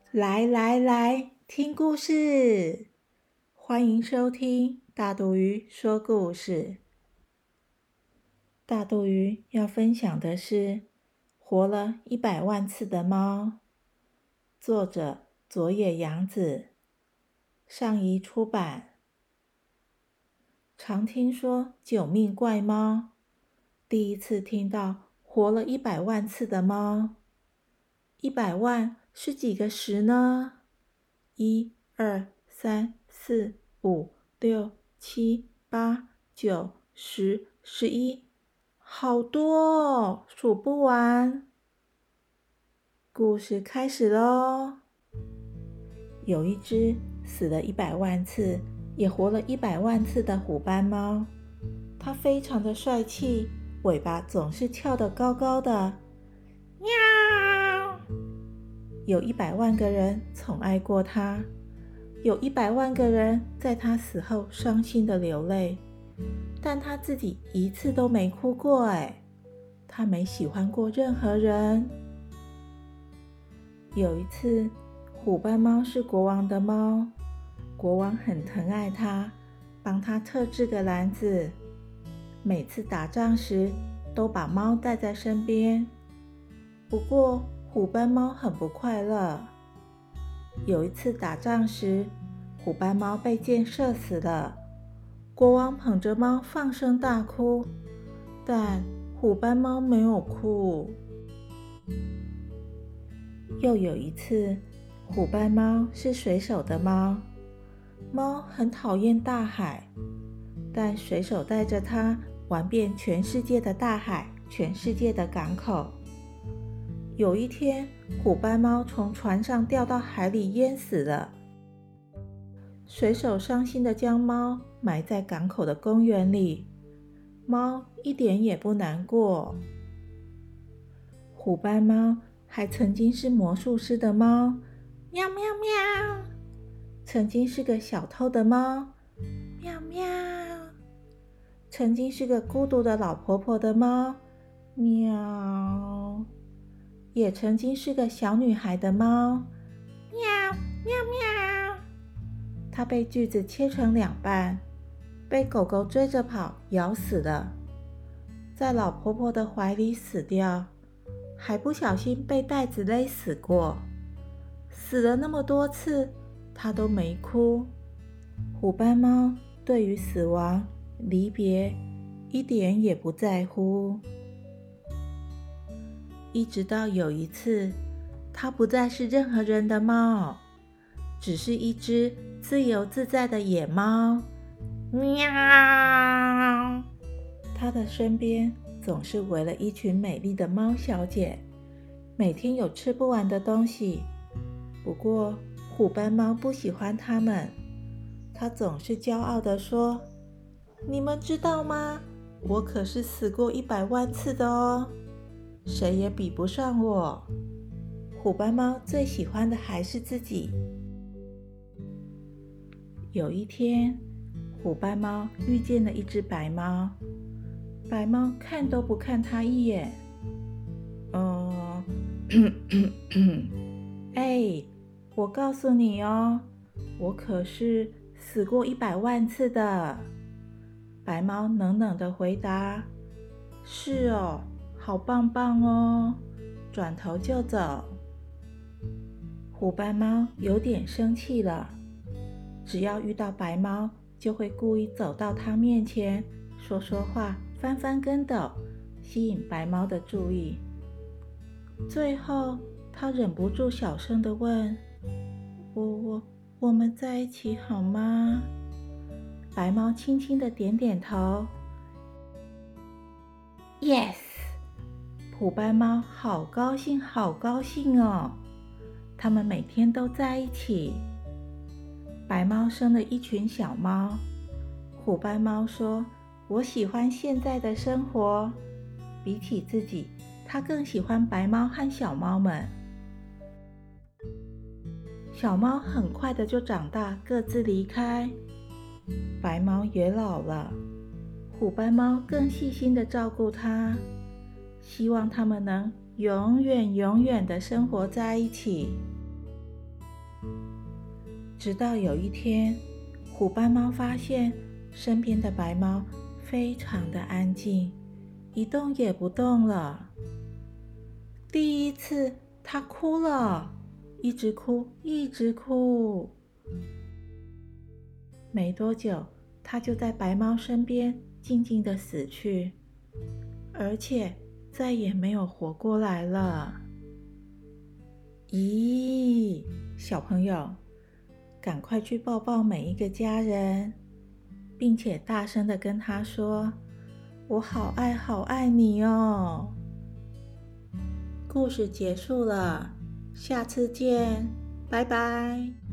来来来，听故事！欢迎收听大肚鱼说故事。大肚鱼要分享的是《活了100万次的猫》，作者佐野洋子，上译出版。常听说9命怪猫，第一次听到活了100万次的猫。100万是几个十呢？1、2、3、4、5、6、7、8、9、10、11，好多哦，数不完。故事开始咯。有一只死了100万次，也活了100万次的虎斑猫，它非常的帅气，尾巴总是翘得高高的。喵！有100万个人宠爱过它，有100万个人在它死后伤心的流泪，但它自己一次都没哭过它没喜欢过任何人。有一次，虎斑猫是国王的猫，国王很疼爱它，帮它特制个篮子，每次打仗时都把猫带在身边。不过虎斑猫很不快乐。有一次打仗时，虎斑猫被箭射死了，国王捧着猫放声大哭，但虎斑猫没有哭。又有一次，虎斑猫是水手的猫，猫很讨厌大海，但水手带着它玩遍全世界的大海，全世界的港口。有一天，虎斑猫从船上掉到海里淹死了。水手伤心地将猫埋在港口的公园里，猫一点也不难过。虎斑猫还曾经是魔术师的猫，喵喵喵；曾经是个小偷的猫，喵喵；曾经是个孤独的老婆婆的猫，喵；也曾经是个小女孩的猫，喵喵喵。它被锯子切成2半，被狗狗追着跑咬死了，在老婆婆的怀里死掉，还不小心被带子勒死过。死了那么多次，它都没哭。虎斑猫对于死亡、离别一点也不在乎。一直到有一次，它不再是任何人的猫，只是一只自由自在的野猫。喵！它的身边总是围了一群美丽的猫小姐，每天有吃不完的东西。不过虎斑猫不喜欢它们，它总是骄傲地说：“你们知道吗？我可是死过100万次的哦，谁也比不上我。”虎斑猫最喜欢的还是自己。有一天，虎斑猫遇见了一只白猫，白猫看都不看它一眼。我告诉你哦，我可是死过100万次的。白猫冷冷地回答：“是哦，好棒棒哦。”转头就走。虎斑猫有点生气了，只要遇到白猫，就会故意走到它面前，说说话，翻翻跟斗，吸引白猫的注意。最后，它忍不住小声地问：“我们在一起好吗？”白猫轻轻地点点头。Yes！ 虎斑猫好高兴，好高兴哦！它们每天都在一起。白猫生了一群小猫。虎斑猫说：“我喜欢现在的生活。”比起自己，它更喜欢白猫和小猫们。小猫很快的就长大，各自离开。白猫也老了，虎斑猫更细心的照顾它，希望它们能永远永远的生活在一起。 直到有一天，虎斑猫发现身边的白猫非常的安静，一动也不动了。第一次，它哭了，一直哭，一直哭。没多久，它就在白猫身边静静的死去，而且再也没有活过来了。咦，小朋友，赶快去抱抱每一个家人，并且大声的跟他说：“我好爱好爱你哦！”故事结束了，下次见，拜拜。